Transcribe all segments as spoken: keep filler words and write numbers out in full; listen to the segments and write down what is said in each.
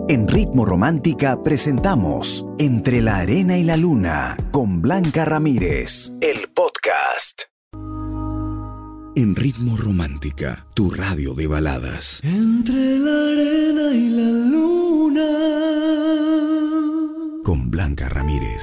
En Ritmo Romántica presentamos Entre la Arena y la Luna con Blanca Ramírez, el podcast. En Ritmo Romántica, tu radio de baladas. Entre la arena y la luna. Con Blanca Ramírez.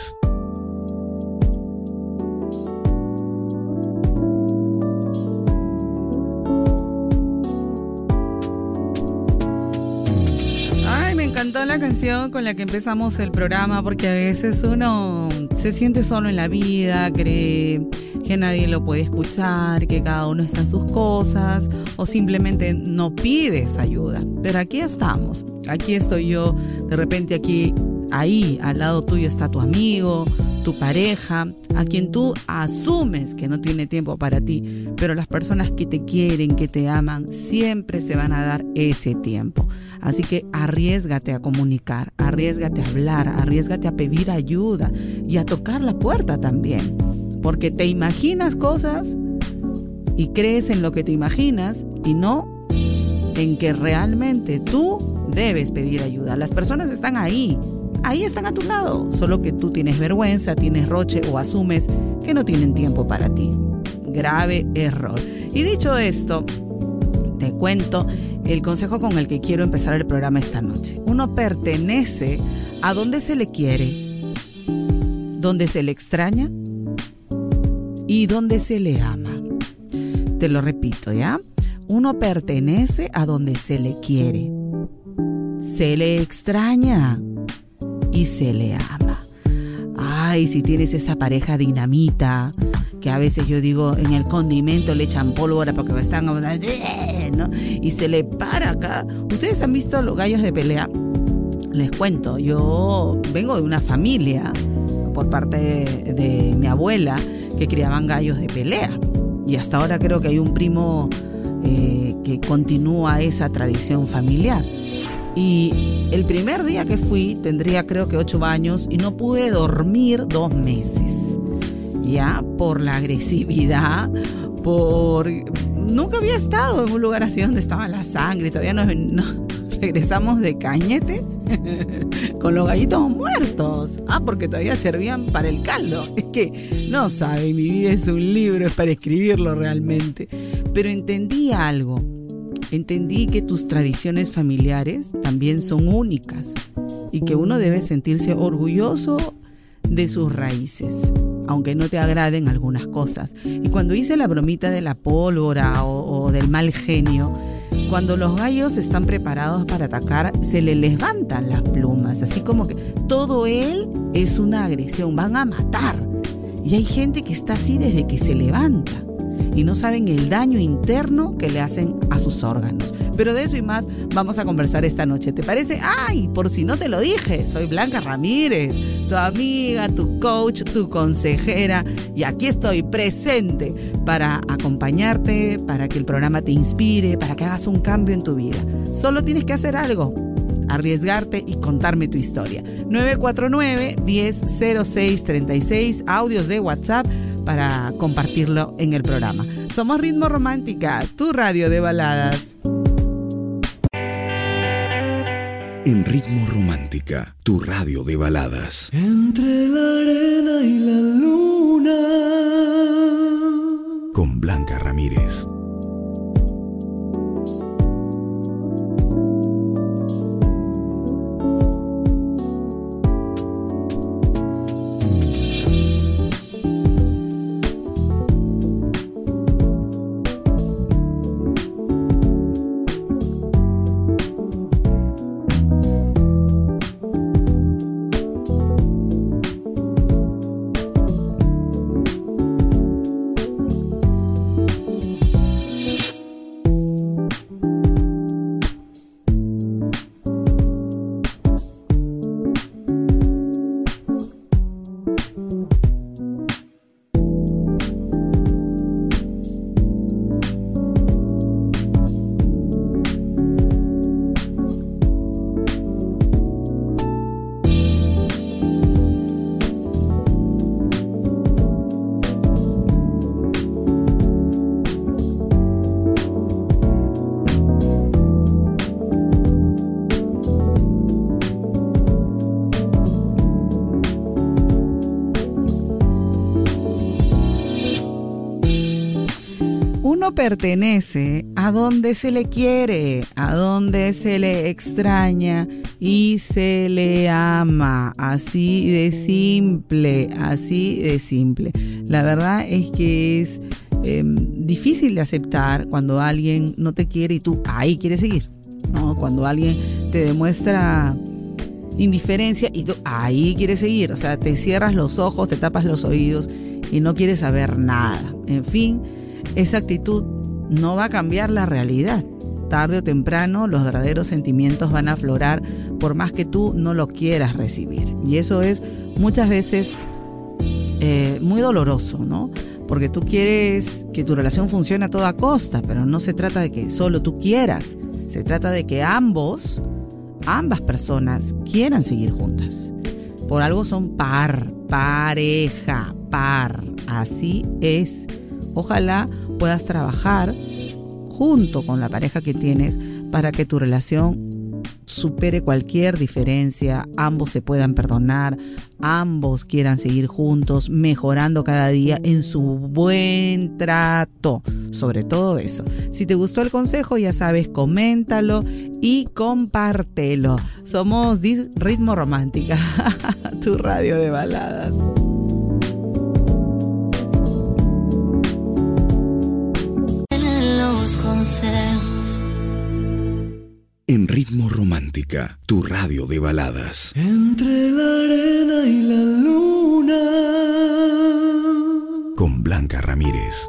Me encantó la canción con la que empezamos el programa, porque a veces uno se siente solo en la vida, cree que nadie lo puede escuchar, que cada uno está en sus cosas, o simplemente no pides ayuda. Pero aquí estamos, aquí estoy yo, de repente aquí, ahí, al lado tuyo está tu amigo, tu pareja, a quien tú asumes que no tiene tiempo para ti, pero las personas que te quieren, que te aman, siempre se van a dar ese tiempo. Así que arriésgate a comunicar, arriésgate a hablar, arriésgate a pedir ayuda y a tocar la puerta también, porque te imaginas cosas y crees en lo que te imaginas y no en que realmente tú debes pedir ayuda. Las personas están ahí. Ahí están a tu lado, solo que tú tienes vergüenza, tienes roche o asumes que no tienen tiempo para ti. Grave error. Y dicho esto, te cuento el consejo con el que quiero empezar el programa esta noche. Uno pertenece a donde se le quiere, donde se le extraña y donde se le ama. Te lo repito, ¿ya? Uno pertenece a donde se le quiere, se le extraña y se le ama. Ay, si tienes esa pareja dinamita, que a veces yo digo, en el condimento le echan pólvora porque están, ¿no? Y se le para acá. ¿Ustedes han visto los gallos de pelea? Les cuento, yo vengo de una familia, por parte de, de mi abuela, que criaban gallos de pelea. Y hasta ahora creo que hay un primo eh, que continúa esa tradición familiar. Y el primer día que fui, tendría creo que ocho años, y no pude dormir dos meses. Ya, por la agresividad, por... Nunca había estado en un lugar así donde estaba la sangre, todavía no, no regresamos de Cañete con los gallitos muertos. Ah, porque todavía servían para el caldo. Es que, no sabe, mi vida es un libro, es para escribirlo realmente. Pero entendí algo. Entendí que tus tradiciones familiares también son únicas y que uno debe sentirse orgulloso de sus raíces, aunque no te agraden algunas cosas. Y cuando hice la bromita de la pólvora o, o del mal genio, cuando los gallos están preparados para atacar, se les levantan las plumas, así como que todo él es una agresión, van a matar. Y hay gente que está así desde que se levanta y no saben el daño interno que le hacen a sus órganos. Pero de eso y más vamos a conversar esta noche. ¿Te parece? ¡Ay! Por si no te lo dije, soy Blanca Ramírez, tu amiga, tu coach, tu consejera. Y aquí estoy presente para acompañarte, para que el programa te inspire, para que hagas un cambio en tu vida. Solo tienes que hacer algo: arriesgarte y contarme tu historia. nueve cuatro nueve, diez, cero seis, treinta y seis, audios de WhatsApp para compartirlo en el programa. Somos Ritmo Romántica, tu radio de baladas. En Ritmo Romántica, tu radio de baladas. Entre la arena y la luna. Con Blanca Ramírez. pertenece a donde se le quiere, a donde se le extraña y se le ama. Así de simple, así de simple. La verdad es que es eh, difícil de aceptar cuando alguien no te quiere y tú ahí quieres seguir, ¿no? Cuando alguien te demuestra indiferencia y tú ahí quieres seguir. O sea, te cierras los ojos, te tapas los oídos y no quieres saber nada. En fin, esa actitud no va a cambiar la realidad. Tarde o temprano los verdaderos sentimientos van a aflorar por más que tú no lo quieras recibir. Y eso es muchas veces eh, muy doloroso, ¿no? Porque tú quieres que tu relación funcione a toda costa, pero no se trata de que solo tú quieras. Se trata de que ambos, ambas personas quieran seguir juntas. Por algo son par, pareja, par. Así es. Ojalá puedas trabajar junto con la pareja que tienes para que tu relación supere cualquier diferencia, ambos se puedan perdonar, ambos quieran seguir juntos, mejorando cada día en su buen trato. Sobre todo eso. Si te gustó el consejo, ya sabes, coméntalo y compártelo. Somos Ritmo Romántica, tu radio de baladas. En Ritmo Romántica, tu radio de baladas. Entre la arena y la luna. Con Blanca Ramírez.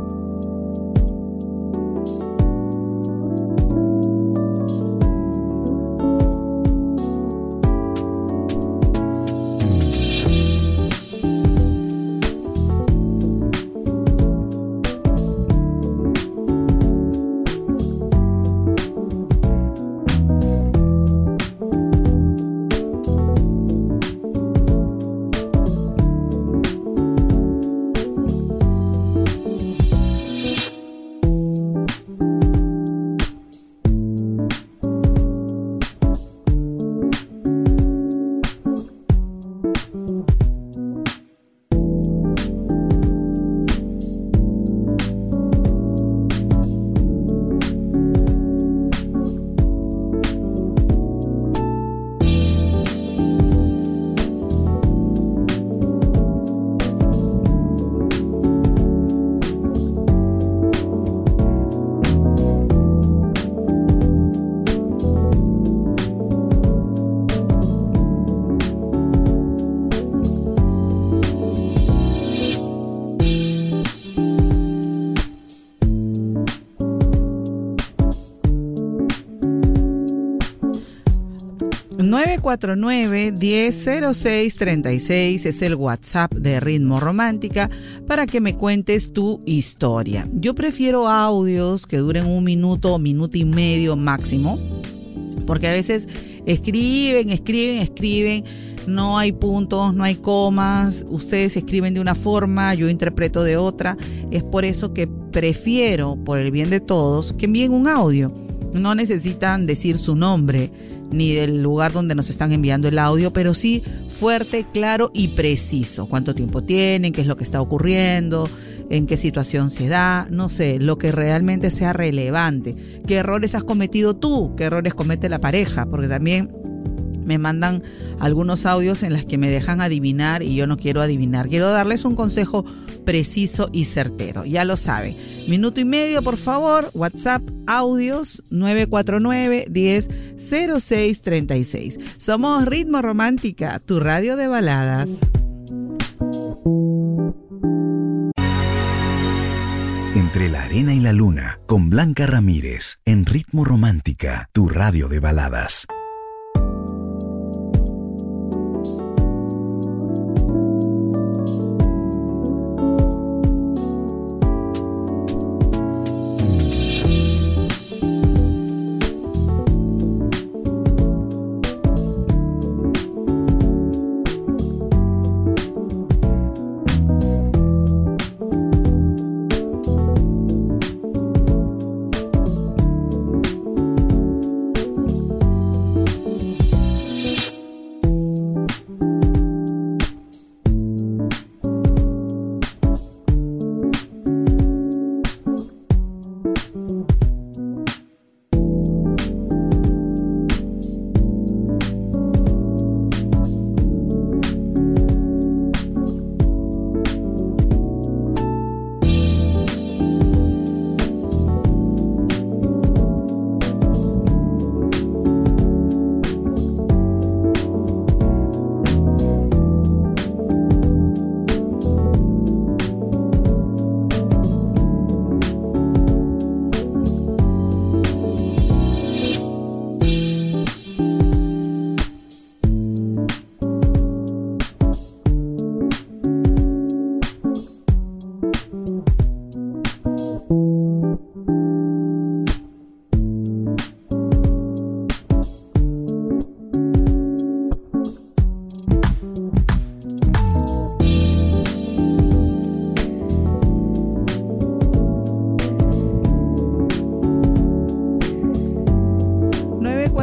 nueve cuatro nueve, diez, cero seis, treinta y seis es el WhatsApp de Ritmo Romántica para que me cuentes tu historia. Yo prefiero audios que duren un minuto o minuto y medio máximo, porque a veces escriben, escriben, escriben, no hay puntos, no hay comas, ustedes escriben de una forma, yo interpreto de otra. Es por eso que prefiero, por el bien de todos, que envíen un audio. No necesitan decir su nombre ni del lugar donde nos están enviando el audio, pero sí fuerte, claro y preciso. ¿Cuánto tiempo tienen? ¿Qué es lo que está ocurriendo? ¿En qué situación se da? No sé, lo que realmente sea relevante. ¿Qué errores has cometido tú? ¿Qué errores comete la pareja? Porque también me mandan algunos audios en los que me dejan adivinar y yo no quiero adivinar. Quiero darles un consejo preciso y certero. Ya lo sabe. Minuto y medio, por favor. WhatsApp, audios, nueve cuatro nueve, diez, cero seis, treinta y seis. Somos Ritmo Romántica, tu radio de baladas. Entre la arena y la luna, con Blanca Ramírez, en Ritmo Romántica, tu radio de baladas.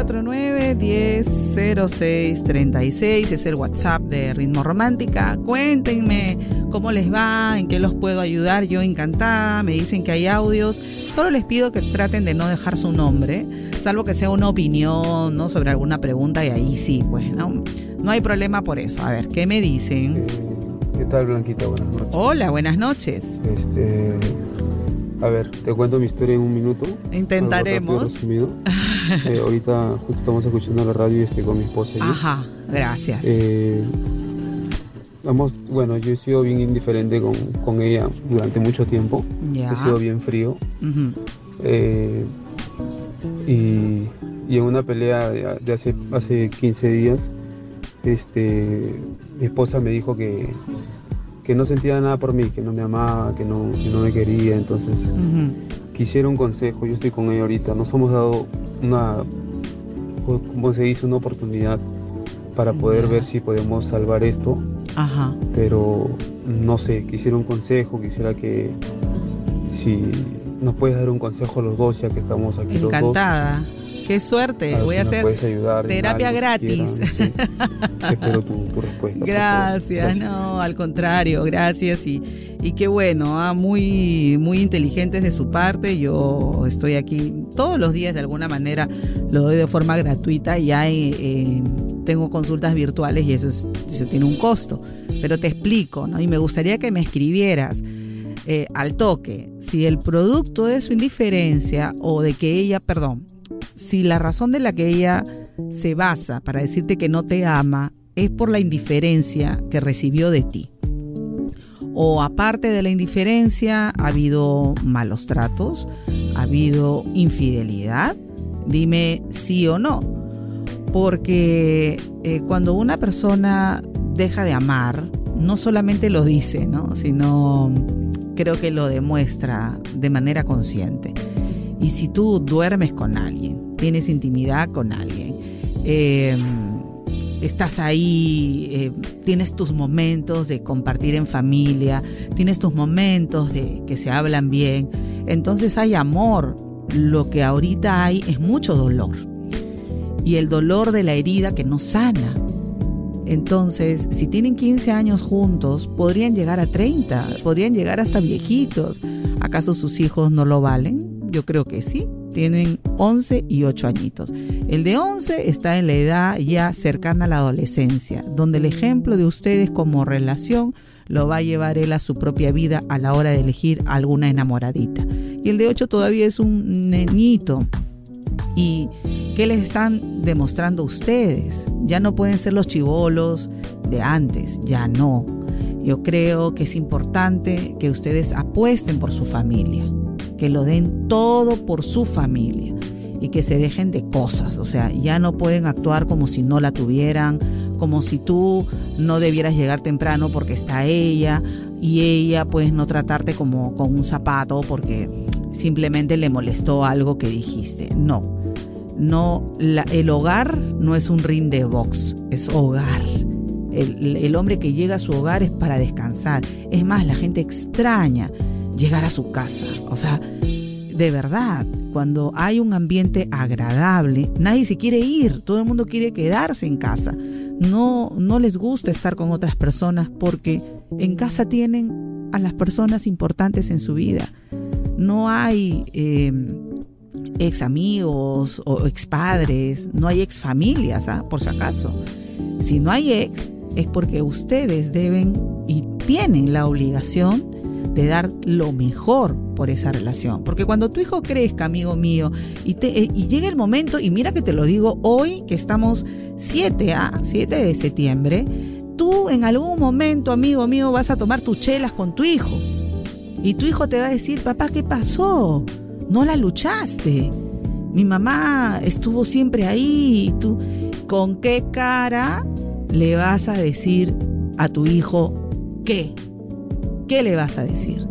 cuatro nueve, diez, cero seis, treinta y seis. Es el WhatsApp de Ritmo Romántica. Cuéntenme cómo les va, en qué los puedo ayudar. Yo encantada. Me dicen que hay audios. Solo les pido que traten de no dejar su nombre, salvo que sea una opinión, ¿no?, sobre alguna pregunta, y ahí sí, pues, ¿no? No hay problema por eso. A ver, ¿qué me dicen? Eh, ¿Qué tal, Blanquita? Buenas noches. Hola, buenas noches. Este... A ver, te cuento mi historia en un minuto. Intentaremos. eh, ahorita justo estamos escuchando la radio y estoy con mi esposa. Y Ajá, gracias. Eh, vamos, bueno, yo he sido bien indiferente con, con ella durante mucho tiempo. Ya. He sido bien frío. Uh-huh. eh, y, y en una pelea de, de hace, hace quince días, este, mi esposa me dijo que... que no sentía nada por mí, que no me amaba, que no, que no me quería. Entonces uh-huh. quisiera un consejo. Yo estoy con ella ahorita, nos hemos dado una, como se dice, una oportunidad para poder yeah. ver si podemos salvar esto. Ajá. Pero no sé, quisiera un consejo, quisiera que si nos puedes dar un consejo a los dos, ya que estamos aquí. Encantada. Los dos. Encantada. Qué suerte, a voy a hacer terapia gratis. Quieran, sí. Espero tu, tu respuesta. Gracias, gracias, no, al contrario, gracias y, y qué bueno, ah, muy, muy inteligentes de su parte. Yo estoy aquí todos los días de alguna manera, lo doy de forma gratuita y hay, eh, tengo consultas virtuales y eso, es, eso tiene un costo, pero te explico, ¿no? Y me gustaría que me escribieras eh, al toque si el producto de su indiferencia o de que ella, perdón, si la razón de la que ella se basa para decirte que no te ama es por la indiferencia que recibió de ti. O aparte de la indiferencia, ha habido malos tratos, ha habido infidelidad. Dime sí o no. Porque eh, cuando una persona deja de amar, no solamente lo dice, ¿no?, sino creo que lo demuestra de manera consciente. Y si tú duermes con alguien, tienes intimidad con alguien, eh, estás ahí, eh, tienes tus momentos de compartir en familia, tienes tus momentos de que se hablan bien, entonces hay amor. Lo que ahorita hay es mucho dolor. Y el dolor de la herida que no sana. Entonces, si tienen quince años juntos, podrían llegar a treinta, podrían llegar hasta viejitos. ¿Acaso sus hijos no lo valen? Yo creo que sí, tienen once y ocho añitos. El de once está en la edad ya cercana a la adolescencia, donde el ejemplo de ustedes como relación lo va a llevar él a su propia vida a la hora de elegir alguna enamoradita. Y el de ocho todavía es un niñito. ¿Y qué les están demostrando ustedes? Ya no pueden ser los chibolos de antes, ya no. Yo creo que es importante que ustedes apuesten por su familia, que lo den todo por su familia y que se dejen de cosas. O sea, ya no pueden actuar como si no la tuvieran, como si tú no debieras llegar temprano porque está ella y ella pues no tratarte como con un zapato porque simplemente le molestó algo que dijiste. No, no, la, el hogar no es un ring de box, es hogar. El, el hombre que llega a su hogar es para descansar. Es más, la gente extraña llegar a su casa. O sea, de verdad, cuando hay un ambiente agradable, nadie se quiere ir, todo el mundo quiere quedarse en casa. No, no les gusta estar con otras personas porque en casa tienen a las personas importantes en su vida. No hay eh, ex amigos o ex padres, no hay ex familias, ¿ah? Por si acaso. Si no hay ex, es porque ustedes deben y tienen la obligación de dar lo mejor por esa relación. Porque cuando tu hijo crezca, amigo mío, y, te, y llegue el momento, y mira que te lo digo hoy, que estamos siete de septiembre, tú en algún momento, amigo mío, vas a tomar tus chelas con tu hijo. Y tu hijo te va a decir, papá, ¿qué pasó? No la luchaste. Mi mamá estuvo siempre ahí. Y tú, ¿con qué cara le vas a decir a tu hijo qué? ¿Qué le vas a decir?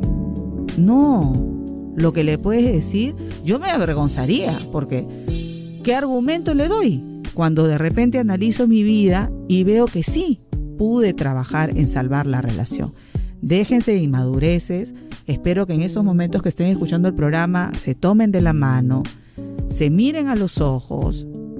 No, lo que le puedes decir, yo me avergonzaría, porque ¿qué argumento le doy? Cuando de repente analizo mi vida y veo que sí, pude trabajar en salvar la relación. Déjense de inmadureces. Espero que en esos momentos que estén escuchando el programa se tomen de la mano, se miren a los ojos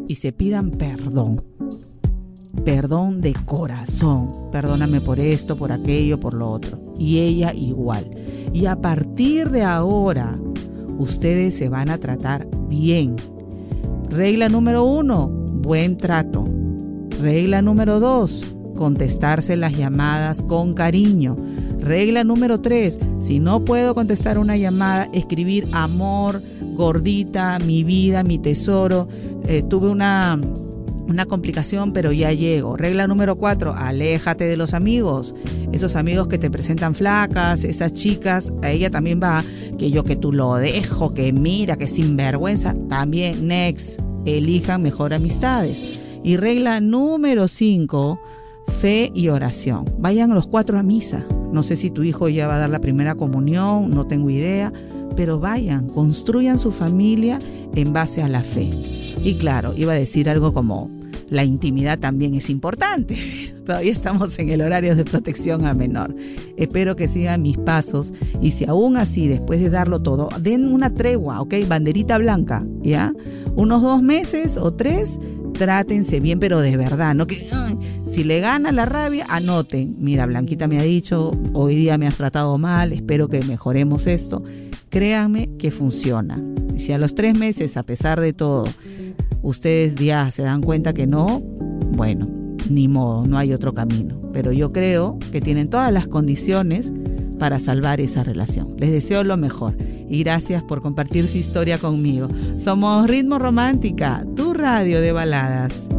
y se pidan perdón. Perdón de corazón. Perdóname por esto, por aquello, por lo otro. Y ella igual. Y a partir de ahora, ustedes se van a tratar bien. Regla número uno, buen trato. Regla número dos, contestarse las llamadas con cariño. Regla número tres, si no puedo contestar una llamada, escribir amor, gordita, mi vida, mi tesoro, eh, tuve una, una complicación pero ya llego. Regla número cuatro, aléjate de los amigos, esos amigos que te presentan flacas, esas chicas, a ella también va, que yo que tú lo dejo, que mira, que sinvergüenza, también next, elijan mejor amistades. Y regla número cinco, fe y oración. Vayan los cuatro a misa. No sé si tu hijo ya va a dar la primera comunión, no tengo idea, pero vayan, construyan su familia en base a la fe. Y claro, iba a decir algo como, la intimidad también es importante, pero todavía estamos en el horario de protección a menor. Espero que sigan mis pasos y si aún así, después de darlo todo, den una tregua, ¿ok? Banderita blanca, ¿ya? Unos dos meses o tres, trátense bien, pero de verdad, no que ay, si le gana la rabia, anoten. Mira, Blanquita me ha dicho, hoy día me has tratado mal, espero que mejoremos esto. Créanme que funciona. Y si a los tres meses, a pesar de todo, ustedes ya se dan cuenta que no, bueno, ni modo, no hay otro camino. Pero yo creo que tienen todas las condiciones para salvar esa relación. Les deseo lo mejor y gracias por compartir su historia conmigo. Somos Ritmo Romántica, tu radio de baladas.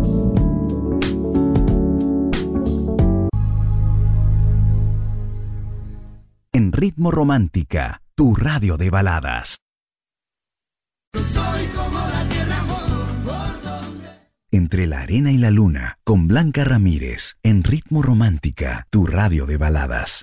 En Ritmo Romántica, tu radio de baladas. Soy como la tierra, amor, por donde... Entre la arena y la luna, con Blanca Ramírez, en Ritmo Romántica, tu radio de baladas.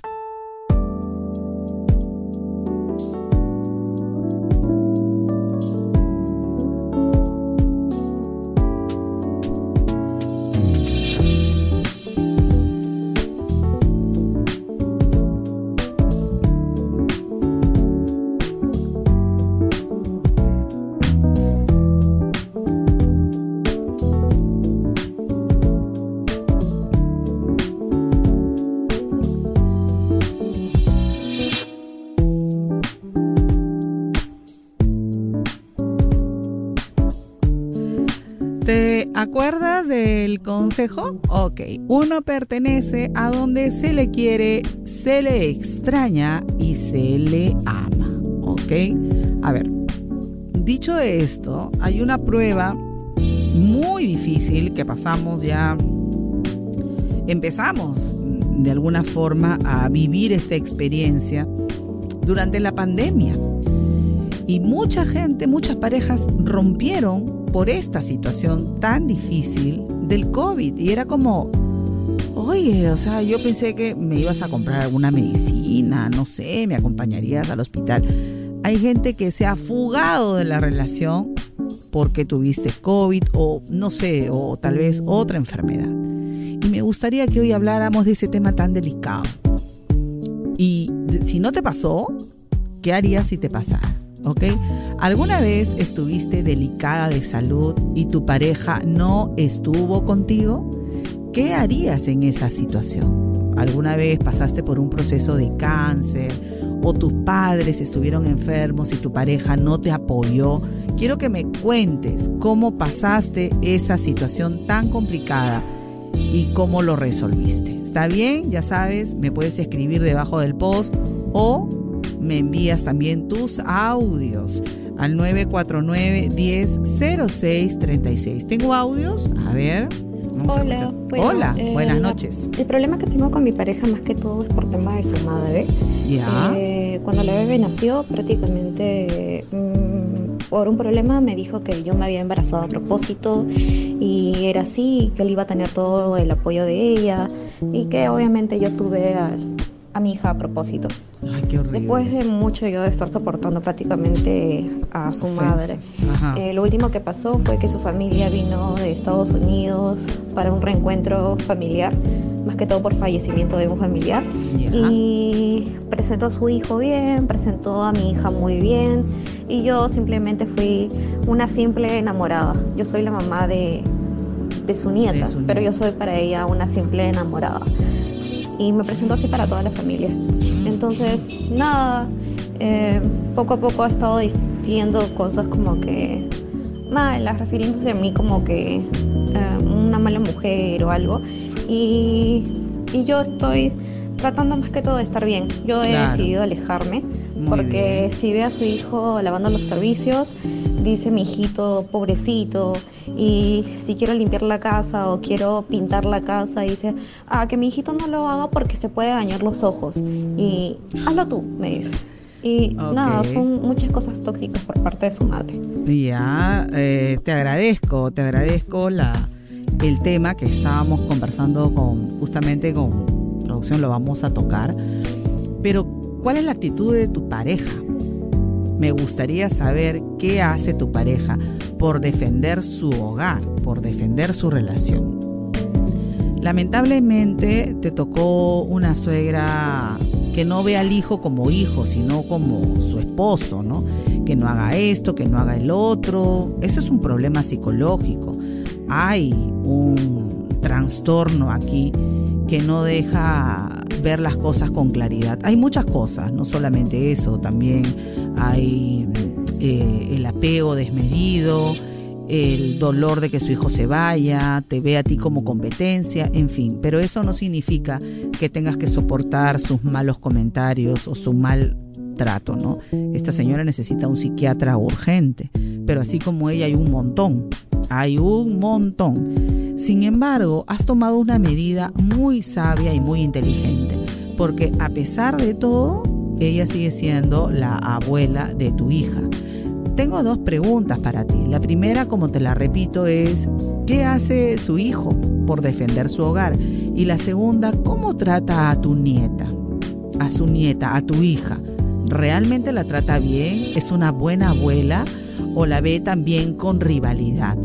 ¿Te acuerdas del consejo? Ok, uno pertenece a donde se le quiere, se le extraña y se le ama. Ok, a ver, dicho esto, hay una prueba muy difícil que pasamos ya, empezamos de alguna forma a vivir esta experiencia durante la pandemia. Y mucha gente, muchas parejas rompieron por esta situación tan difícil del COVID. Y era como, oye, o sea, yo pensé que me ibas a comprar alguna medicina, no sé, me acompañarías al hospital. Hay gente que se ha fugado de la relación porque tuviste COVID o no sé, o tal vez otra enfermedad. Y me gustaría que hoy habláramos de ese tema tan delicado. Y si no te pasó, ¿qué harías si te pasara? ¿Ok? ¿Alguna vez estuviste delicada de salud y tu pareja no estuvo contigo? ¿Qué harías en esa situación? ¿Alguna vez pasaste por un proceso de cáncer o tus padres estuvieron enfermos y tu pareja no te apoyó? Quiero que me cuentes cómo pasaste esa situación tan complicada y cómo lo resolviste. ¿Está bien? Ya sabes, me puedes escribir debajo del post o me envías también tus audios al nueve cuatro nueve, diez, cero seis, treinta y seis. ¿Tengo audios? A ver. Hola. Bueno, Hola, eh, buenas noches. El problema que tengo con mi pareja más que todo es por tema de su madre. Ya. Eh, cuando la bebé nació, prácticamente mmm, por un problema me dijo que yo me había embarazado a propósito y era así, que él iba a tener todo el apoyo de ella y que obviamente yo tuve a, a mi hija a propósito. Ay, qué horrible. Después de mucho yo de estar soportando prácticamente a su madre, eh, lo último que pasó fue que su familia vino de Estados Unidos para un reencuentro familiar más que todo por fallecimiento de un familiar. Ya. Y presentó a su hijo bien, presentó a mi hija muy bien, y yo simplemente fui una simple enamorada. Yo soy la mamá de, de su nieta, De su pero nieta. yo soy para ella una simple enamorada. Y me presentó así para toda la familia. Entonces, nada, eh, poco a poco ha estado diciendo cosas como que malas, refiriéndose a mí como que eh, una mala mujer o algo. Y, y yo estoy tratando más que todo de estar bien. Yo he Claro. decidido alejarme, Muy porque bien. si ve a su hijo lavando los servicios, dice mi hijito, pobrecito, y si quiero limpiar la casa o quiero pintar la casa, dice, ah, que mi hijito no lo haga porque se puede dañar los ojos, y hazlo tú, me dice. Y Ok. nada, son muchas cosas tóxicas por parte de su madre. Ya, eh, te agradezco, te agradezco la, el tema que estábamos conversando con, justamente con producción, lo vamos a tocar. Pero, ¿cuál es la actitud de tu pareja? Me gustaría saber qué hace tu pareja por defender su hogar, por defender su relación. Lamentablemente te tocó una suegra que no ve al hijo como hijo, sino como su esposo, ¿no? Que no haga esto, que no haga el otro. Eso es un problema psicológico. Hay un trastorno aquí que no deja ver las cosas con claridad. Hay muchas cosas, no solamente eso, también hay eh, el apego desmedido, el dolor de que su hijo se vaya, te ve a ti como competencia, en fin, pero eso no significa que tengas que soportar sus malos comentarios o su mal trato, ¿no? Esta señora necesita un psiquiatra urgente, pero así como ella hay un montón, hay un montón. Sin embargo, has tomado una medida muy sabia y muy inteligente, porque a pesar de todo, ella sigue siendo la abuela de tu hija. Tengo dos preguntas para ti. La primera, como te la repito, es ¿qué hace su hijo por defender su hogar? Y la segunda, ¿cómo trata a tu nieta? A su nieta, a tu hija. ¿Realmente la trata bien? ¿Es una buena abuela? ¿O la ve también con rivalidad?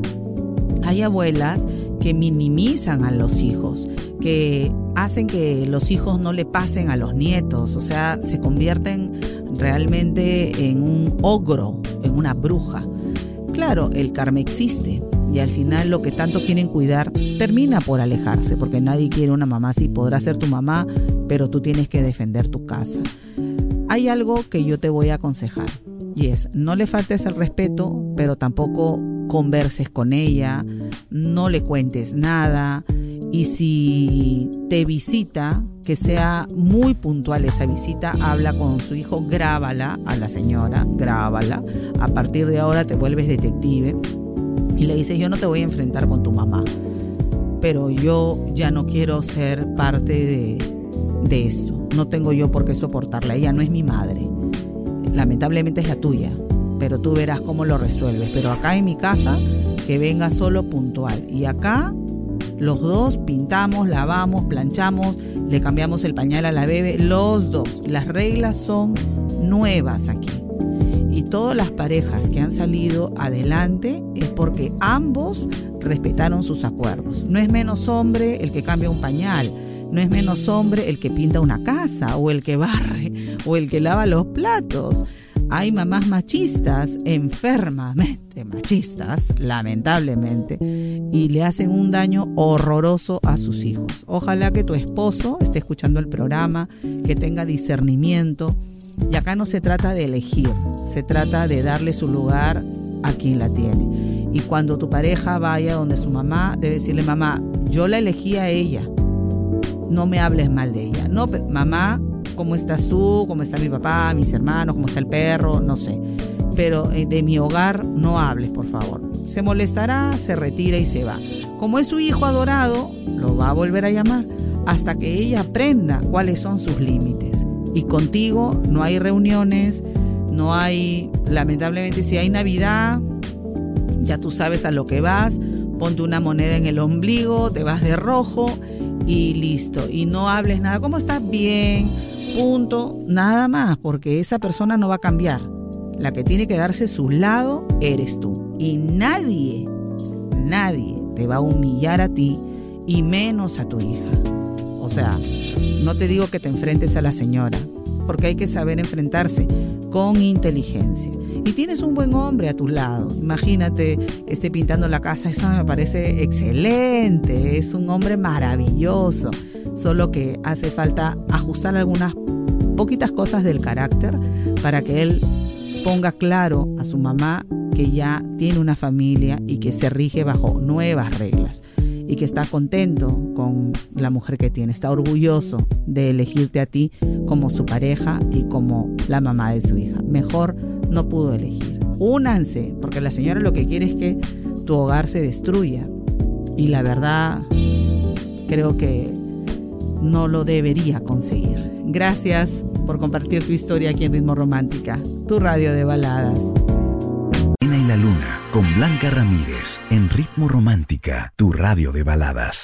Hay abuelas que minimizan a los hijos, que hacen que los hijos no le pasen a los nietos, o sea, se convierten realmente en un ogro, en una bruja. Claro, el karma existe y al final lo que tanto quieren cuidar termina por alejarse, porque nadie quiere una mamá así. Podrá ser tu mamá, pero tú tienes que defender tu casa. Hay algo que yo te voy a aconsejar y es, no le faltes el respeto, pero tampoco converses con ella, no le cuentes nada, y si te visita, que sea muy puntual esa visita, habla con su hijo, grábala a la señora, grábala, a partir de ahora te vuelves detective y le dices, yo no te voy a enfrentar con tu mamá, pero yo ya no quiero ser parte de, de esto, no tengo yo por qué soportarla, ella no es mi madre, lamentablemente es la tuya, pero tú verás cómo lo resuelves. Pero acá en mi casa, que venga solo puntual. Y acá los dos pintamos, lavamos, planchamos, le cambiamos el pañal a la bebé, los dos. Las reglas son nuevas aquí. Y todas las parejas que han salido adelante es porque ambos respetaron sus acuerdos. No es menos hombre el que cambia un pañal, no es menos hombre el que pinta una casa, o el que barre, o el que lava los platos. Hay mamás machistas, enfermamente machistas, lamentablemente, y le hacen un daño horroroso a sus hijos. Ojalá que tu esposo esté escuchando el programa, que tenga discernimiento. Y acá no se trata de elegir, se trata de darle su lugar a quien la tiene. Y cuando tu pareja vaya donde su mamá, debe decirle, mamá, yo la elegí a ella, no me hables mal de ella. No, mamá, ¿cómo estás tú? ¿Cómo está mi papá, mis hermanos? ¿Cómo está el perro? No sé. Pero de mi hogar no hables, por favor. Se molestará, se retira y se va. Como es su hijo adorado, lo va a volver a llamar hasta que ella aprenda cuáles son sus límites. Y contigo no hay reuniones, no hay, lamentablemente, si hay Navidad, ya tú sabes a lo que vas, ponte una moneda en el ombligo, te vas de rojo y listo. Y no hables nada. ¿Cómo estás? Bien. Punto, nada más, porque esa persona no va a cambiar. La que tiene que darse su lado eres tú. Y nadie, nadie te va a humillar a ti y menos a tu hija. O sea, no te digo que te enfrentes a la señora, porque hay que saber enfrentarse con inteligencia. Y tienes un buen hombre a tu lado. Imagínate que esté pintando la casa, eso me parece excelente. Es un hombre maravilloso. Solo que hace falta ajustar algunas poquitas cosas del carácter para que él ponga claro a su mamá que ya tiene una familia y que se rige bajo nuevas reglas y que está contento con la mujer que tiene, está orgulloso de elegirte a ti como su pareja y como la mamá de su hija. Mejor no pudo elegir. Únanse, porque la señora lo que quiere es que tu hogar se destruya y la verdad creo que no lo debería conseguir. Gracias por compartir tu historia aquí en Ritmo Romántica, tu radio de baladas. Luna y la Luna con Blanca Ramírez en Ritmo Romántica, tu radio de baladas.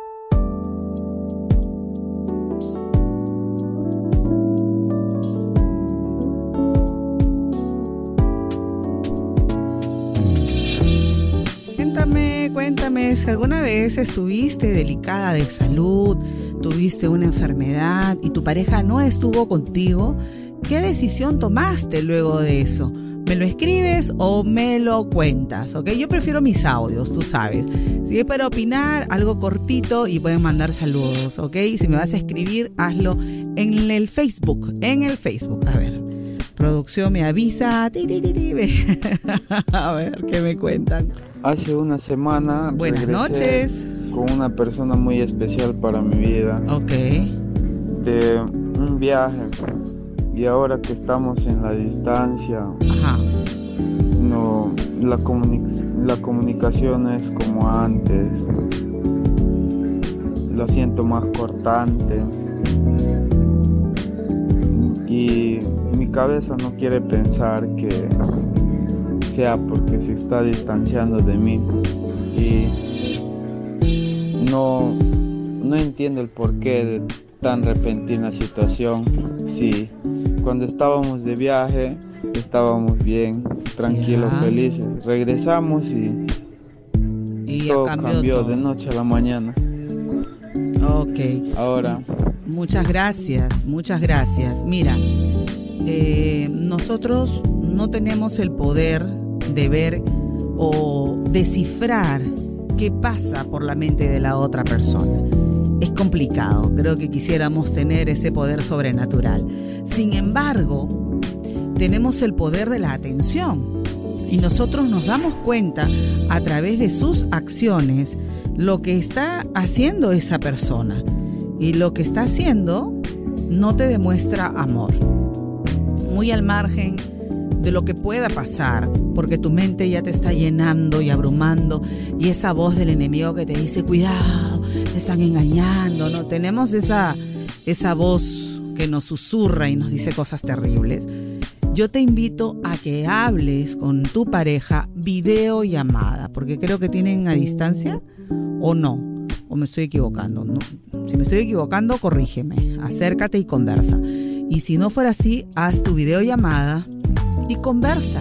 Cuéntame, cuéntame, si alguna vez estuviste delicada de salud, tuviste una enfermedad y tu pareja no estuvo contigo, ¿qué decisión tomaste luego de eso? ¿Me lo escribes o me lo cuentas? ¿Ok? Yo prefiero mis audios, tú sabes. Si es para opinar, algo cortito y pueden mandar saludos, ¿ok? Si me vas a escribir, hazlo en el Facebook, en el Facebook. A ver, producción me avisa. Ti, ti, ti, ti. A ver, ¿qué me cuentan? Hace una semana Buenas noches. Con una persona muy especial para mi vida. Ok. De un viaje. Y ahora que estamos en la distancia, Ajá. no, la, comuni- la comunicación es como antes. Lo siento más cortante. Y mi cabeza no quiere pensar que sea porque se está distanciando de mí. Y no, no entiendo el porqué de tan repentina situación. Sí. Cuando estábamos de viaje, estábamos bien, tranquilos, Ya. felices. Regresamos y, Y todo cambió cambió todo. de noche a la mañana. Ok. Ahora, Muchas gracias, muchas gracias. Mira, eh, nosotros no tenemos el poder de ver o descifrar qué pasa por la mente de la otra persona. Es complicado, creo que quisiéramos tener ese poder sobrenatural. Sin embargo, tenemos el poder de la atención y nosotros nos damos cuenta a través de sus acciones lo que está haciendo esa persona, y lo que está haciendo no te demuestra amor. Muy al margen de lo que pueda pasar, porque tu mente ya te está llenando y abrumando, y esa voz del enemigo que te dice cuidado, te están engañando, ¿no? Tenemos esa, esa voz que nos susurra y nos dice cosas terribles. Yo te invito a que hables con tu pareja videollamada, porque creo que tienen a distancia, o no, o me estoy equivocando, ¿no? Si me estoy equivocando, corrígeme, acércate y conversa. Y si no fuera así, haz tu videollamada y conversa.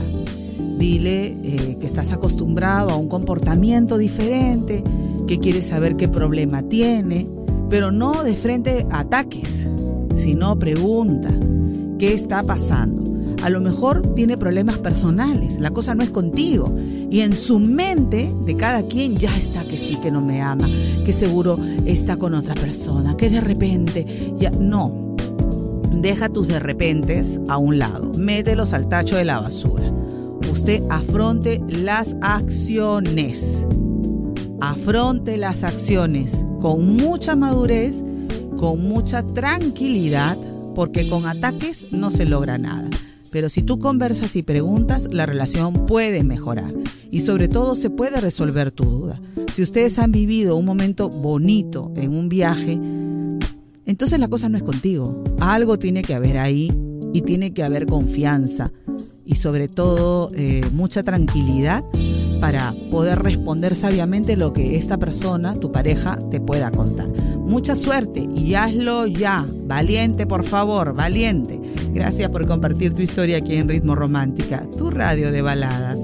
Dile eh, que estás acostumbrado a un comportamiento diferente, que quieres saber qué problema tiene, pero no de frente a ataques, sino pregunta, ¿qué está pasando? A lo mejor tiene problemas personales, la cosa no es contigo. Y en su mente de cada quien ya está que sí, que no me ama, que seguro está con otra persona, que de repente ya no. Deja tus de repentes a un lado, mételos al tacho de la basura. Usted afronte las acciones. Afronte las acciones con mucha madurez, con mucha tranquilidad, porque con ataques no se logra nada. Pero si tú conversas y preguntas, la relación puede mejorar y sobre todo se puede resolver tu duda. Si ustedes han vivido un momento bonito en un viaje, entonces la cosa no es contigo. Algo tiene que haber ahí y tiene que haber confianza y sobre todo eh, mucha tranquilidad para poder responder sabiamente lo que esta persona, tu pareja, te pueda contar. Mucha suerte y hazlo ya. Valiente, por favor, valiente. Gracias por compartir tu historia aquí en Ritmo Romántica, tu radio de baladas.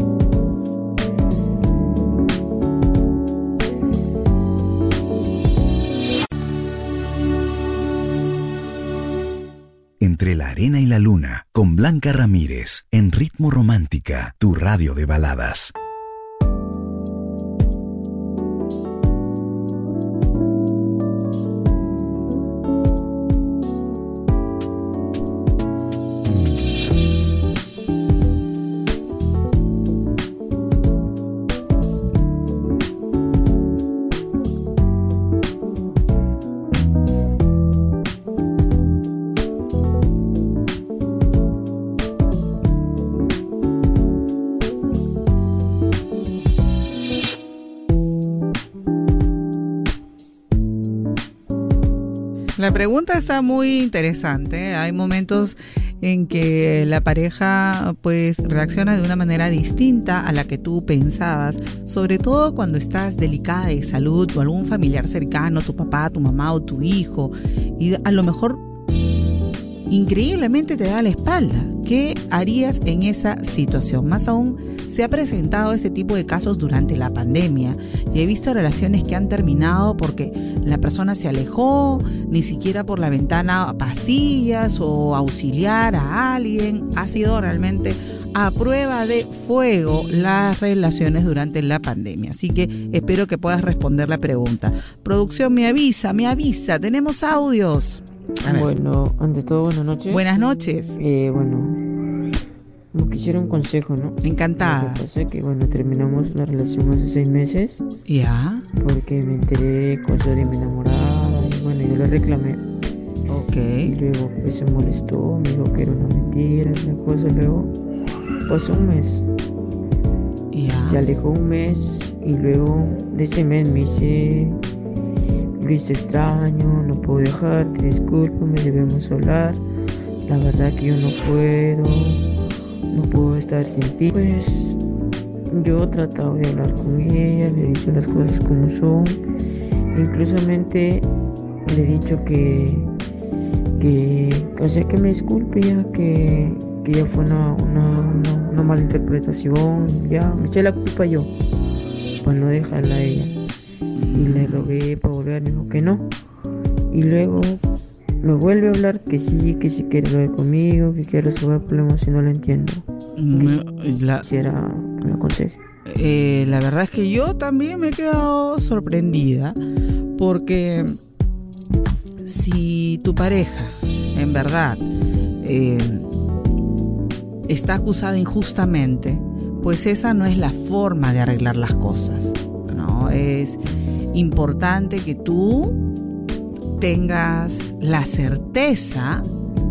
Entre la arena y la luna, con Blanca Ramírez, en Ritmo Romántica, tu radio de baladas. La pregunta está muy interesante. Hay momentos en que la pareja pues reacciona de una manera distinta a la que tú pensabas, sobre todo cuando estás delicada de salud o algún familiar cercano, tu papá, tu mamá o tu hijo, y a lo mejor increíblemente te da la espalda. ¿Qué harías en esa situación? Más aún, se ha presentado ese tipo de casos durante la pandemia y he visto relaciones que han terminado porque la persona se alejó, ni siquiera por la ventana pastillas o auxiliar a alguien. Ha sido realmente a prueba de fuego las relaciones durante la pandemia. Así que espero que puedas responder la pregunta. Producción, me avisa, me avisa, tenemos audios. Bueno, ante todo, buenas noches. Buenas noches. Eh, bueno, como quisiera un consejo, ¿no? Encantada. Lo que pasa es que, bueno, terminamos la relación hace seis meses. Ya. Porque me enteré cosas de mi enamorada y, bueno, yo le reclamé. Ok. Y luego, pues, se molestó, me dijo que era una mentira, una cosa. Luego, pasó un mes. Ya. Se alejó un mes y luego de ese mes me hice... Luis, extraño, no puedo dejarte, discúlpame, debemos hablar. La verdad que yo no puedo, no puedo estar sin ti. Pues yo he tratado de hablar con ella, le he dicho las cosas como son. Inclusamente le he dicho que, que o sea, que me disculpe ya, que, que ya fue una, una, una, una mala interpretación. Ya me eché la culpa yo, para no dejarla a ella. Y le rogué para volver, me dijo que no. Y luego me vuelve a hablar que sí, que sí quiere hablar conmigo, que quiere resolver problemas y no lo entiendo. Mm, la, quisiera que me aconseje. Eh, la verdad es que yo también me he quedado sorprendida porque si tu pareja en verdad eh, está acusada injustamente, pues esa no es la forma de arreglar las cosas, ¿no? Es importante que tú tengas la certeza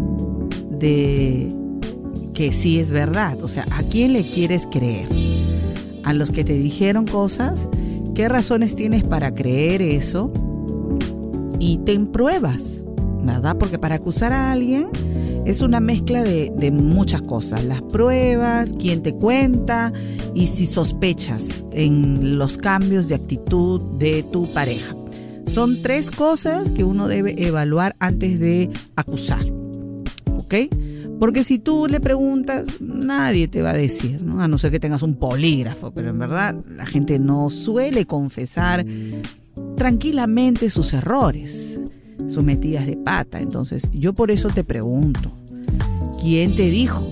de que sí es verdad. O sea, ¿a quién le quieres creer? ¿A los que te dijeron cosas? ¿Qué razones tienes para creer eso? Y ten pruebas, ¿verdad? Porque para acusar a alguien es una mezcla de, de muchas cosas. Las pruebas, quién te cuenta y si sospechas en los cambios de actitud de tu pareja. Son tres cosas que uno debe evaluar antes de acusar, ¿ok? Porque si tú le preguntas, nadie te va a decir, ¿no? A no ser que tengas un polígrafo, pero en verdad la gente no suele confesar tranquilamente sus errores, sus metidas de pata. Entonces yo por eso te pregunto, ¿quién te dijo?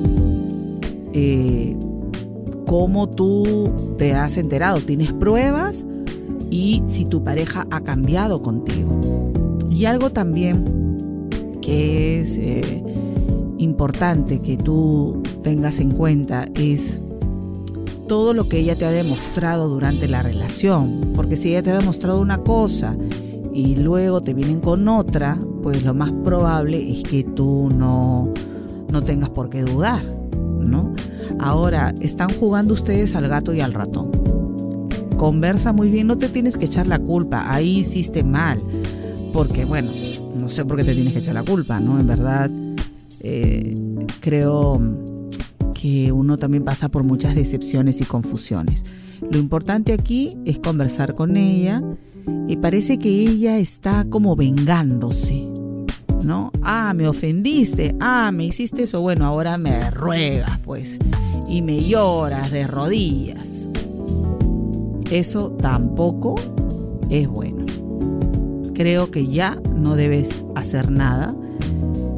Eh, ¿Cómo tú te has enterado? ¿Tienes pruebas? Y si tu pareja ha cambiado contigo. Y algo también que es eh, importante que tú tengas en cuenta es todo lo que ella te ha demostrado durante la relación. Porque si ella te ha demostrado una cosa y luego te vienen con otra, pues lo más probable es que tú no, no tengas por qué dudar, ¿no? Ahora, están jugando ustedes al gato y al ratón. Conversa muy bien, no te tienes que echar la culpa, ahí hiciste mal, porque bueno, no sé por qué te tienes que echar la culpa, ¿no? En verdad, eh, creo que uno también pasa por muchas decepciones y confusiones. Lo importante aquí es conversar con ella y parece que ella está como vengándose, ¿no? Ah, me ofendiste, ah, me hiciste eso, bueno, ahora me ruegas, pues, y me lloras de rodillas. Eso tampoco es bueno. Creo que ya no debes hacer nada.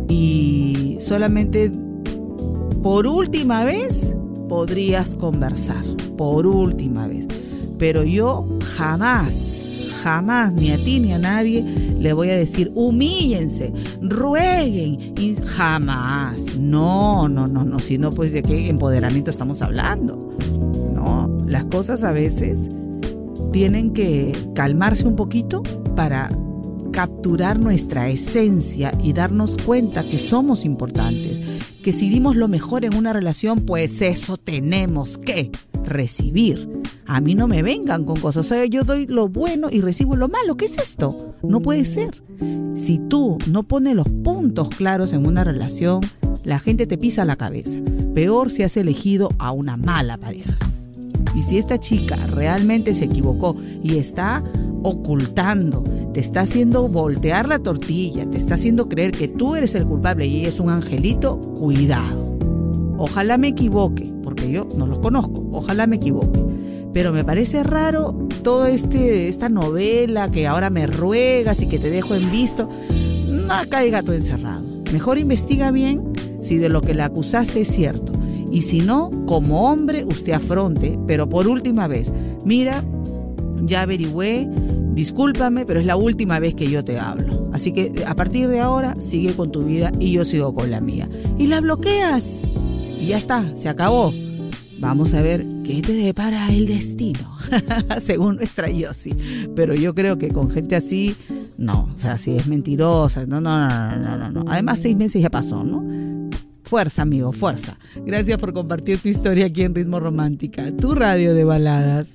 y solamente por última vez podrías conversar, por última vez. Pero yo jamás, jamás, ni a ti ni a nadie le voy a decir humíllense, rueguen, y jamás. No, no, no, no, sino pues de qué empoderamiento estamos hablando. No, las cosas a veces tienen que calmarse un poquito para capturar nuestra esencia y darnos cuenta que somos importantes, que si dimos lo mejor en una relación, pues eso tenemos que recibir. A mí no me vengan con cosas, o sea, yo doy lo bueno y recibo lo malo. ¿Qué es esto? No puede ser. Si tú no pones los puntos claros en una relación, la gente te pisa la cabeza. Peor si has elegido a una mala pareja. Y si esta chica realmente se equivocó y está ocultando, te está haciendo voltear la tortilla, te está haciendo creer que tú eres el culpable y ella es un angelito, cuidado. Ojalá me equivoque, porque yo no los conozco, ojalá me equivoque. Pero me parece raro todo este esta novela que ahora me ruegas y que te dejo en visto. No caiga tú encerrado. Mejor investiga bien si de lo que la acusaste es cierto. Y si no, como hombre, usted afronte, pero por última vez. Mira, ya averigüé, discúlpame, pero es la última vez que yo te hablo. Así que a partir de ahora, sigue con tu vida y yo sigo con la mía. Y la bloqueas. Y ya está, se acabó. Vamos a ver qué te depara el destino, según nuestra Yossi. Pero yo creo que con gente así, no. O sea, si es mentirosa, no, no, no, no, no, no. Además, seis meses ya pasó, ¿no? Fuerza, amigo, fuerza. Gracias por compartir tu historia aquí en Ritmo Romántica, tu radio de baladas.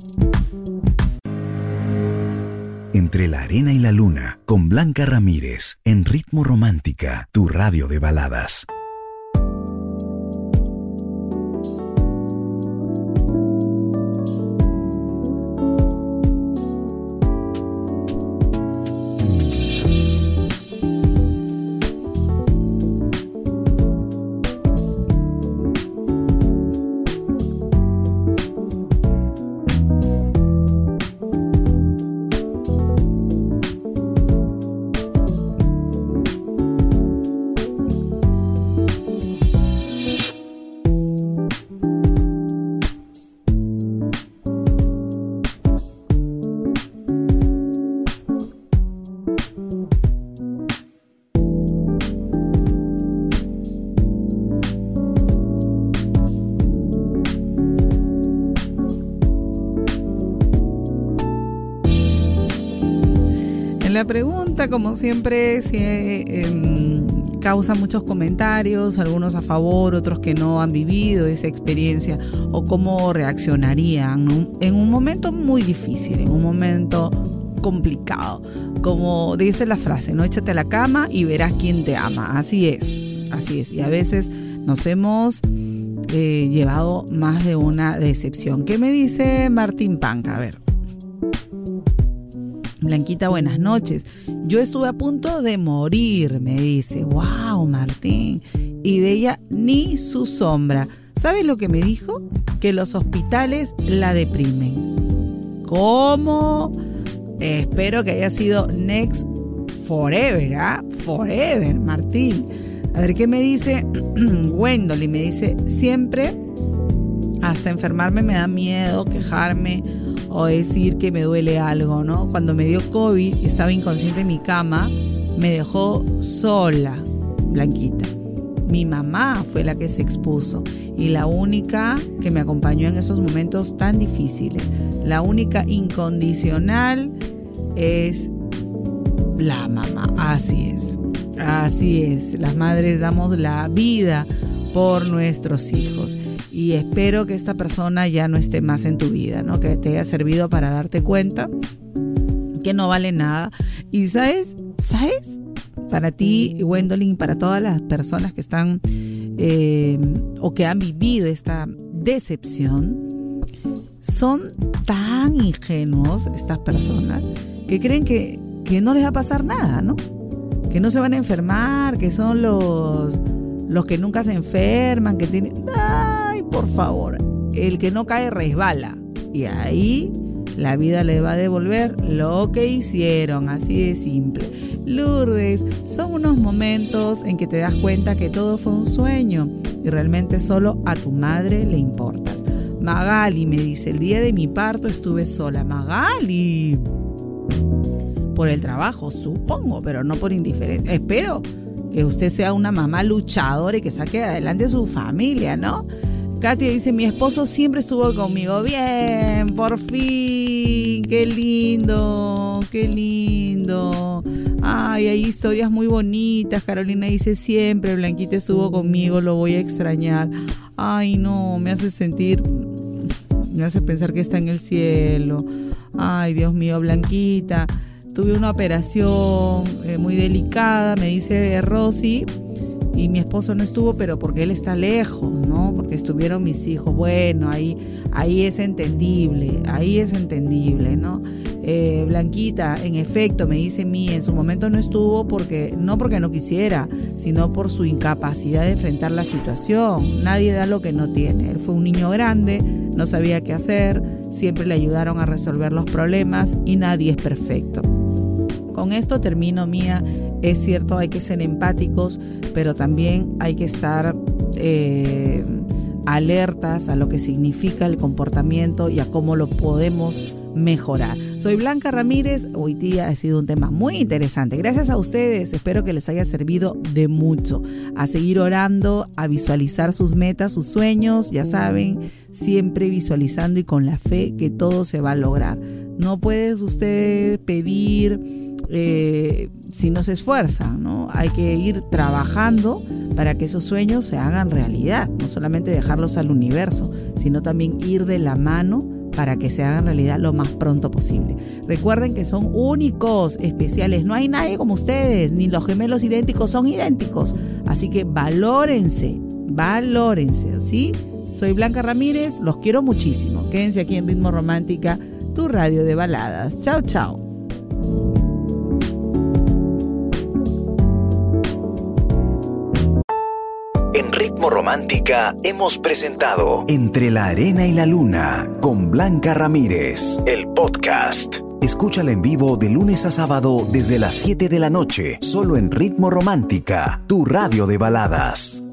Entre la arena y la luna, con Blanca Ramírez, en Ritmo Romántica, tu radio de baladas. La pregunta, como siempre, si, eh, causa muchos comentarios, algunos a favor, otros que no han vivido esa experiencia o cómo reaccionarían, ¿no? En un momento muy difícil, en un momento complicado. Como dice la frase, no, échate a la cama y verás quién te ama. Así es, así es. Y a veces nos hemos eh, llevado más de una decepción. ¿Qué me dice Martín Panca? A ver. Blanquita, buenas noches. Yo estuve a punto de morir, me dice. ¡Wow, Martín! Y de ella ni su sombra. ¿Sabes lo que me dijo? Que los hospitales la deprimen. ¿Cómo? Espero que haya sido next forever, ¿ah? ¿eh? Forever, Martín. A ver, ¿qué me dice Wendolyn? Me dice, siempre, hasta enfermarme me da miedo, quejarme o decir que me duele algo, ¿no? Cuando me dio COVID y estaba inconsciente en mi cama, me dejó sola, Blanquita. Mi mamá fue la que se expuso y la única que me acompañó en esos momentos tan difíciles. La única incondicional es la mamá. Así es, así es. Las madres damos la vida por nuestros hijos. Y espero que esta persona ya no esté más en tu vida, ¿no? Que te haya servido para darte cuenta que no vale nada. Y ¿sabes? ¿Sabes? Para ti, Wendolyn, para todas las personas que están eh, o que han vivido esta decepción, son tan ingenuos estas personas que creen que, que no les va a pasar nada, ¿no? Que no se van a enfermar, que son los... los que nunca se enferman, que tienen... ¡Ay, por favor! El que no cae resbala. Y ahí La vida le va a devolver lo que hicieron, así de simple. Lourdes, son unos momentos en que te das cuenta que todo fue un sueño y realmente solo a tu madre le importas. Magali me dice, el día de mi parto estuve sola. Magali, por el trabajo, supongo, pero no por indiferencia. Espero que usted sea una mamá luchadora y que saque adelante a su familia, ¿no? Katia dice, mi esposo siempre estuvo conmigo. Bien, por fin, qué lindo, qué lindo. Ay, hay historias muy bonitas. Carolina dice, siempre Blanquita estuvo conmigo, lo voy a extrañar. Ay, no, me hace sentir, me hace pensar que está en el cielo. Ay, Dios mío, Blanquita, tuve una operación eh, muy delicada, me dice Rosy, y mi esposo no estuvo, pero porque él está lejos, ¿no? Porque estuvieron mis hijos. Bueno, ahí, ahí es entendible, ahí es entendible, ¿no? Eh, Blanquita, en efecto, me dice Mía, en su momento no estuvo porque, no porque no quisiera, sino por su incapacidad de enfrentar la situación. Nadie da lo que no tiene. Él fue un niño grande, no sabía qué hacer, siempre le ayudaron a resolver los problemas y nadie es perfecto. Con esto termino, Mía. Es cierto, hay que ser empáticos, pero también hay que estar eh, alertas a lo que significa el comportamiento y a cómo lo podemos mejorar. Soy Blanca Ramírez. Hoy día ha sido un tema muy interesante. Gracias a ustedes. Espero que les haya servido de mucho. A seguir orando, a visualizar sus metas, sus sueños. Ya saben, siempre visualizando y con la fe que todo se va a lograr. No puedes usted pedir eh, si no se esfuerza, ¿no? Hay que ir trabajando para que esos sueños se hagan realidad. No solamente dejarlos al universo, sino también ir de la mano para que se hagan realidad lo más pronto posible. Recuerden que son únicos, especiales. No hay nadie como ustedes, ni los gemelos idénticos son idénticos. Así que valórense, valórense, ¿sí? Soy Blanca Ramírez, los quiero muchísimo. Quédense aquí en Ritmo Romántica, tu radio de baladas. Chao, chao. En Ritmo Romántica hemos presentado Entre la Arena y la Luna con Blanca Ramírez, el podcast. Escúchala en vivo de lunes a sábado desde las siete de la noche, solo en Ritmo Romántica, tu radio de baladas.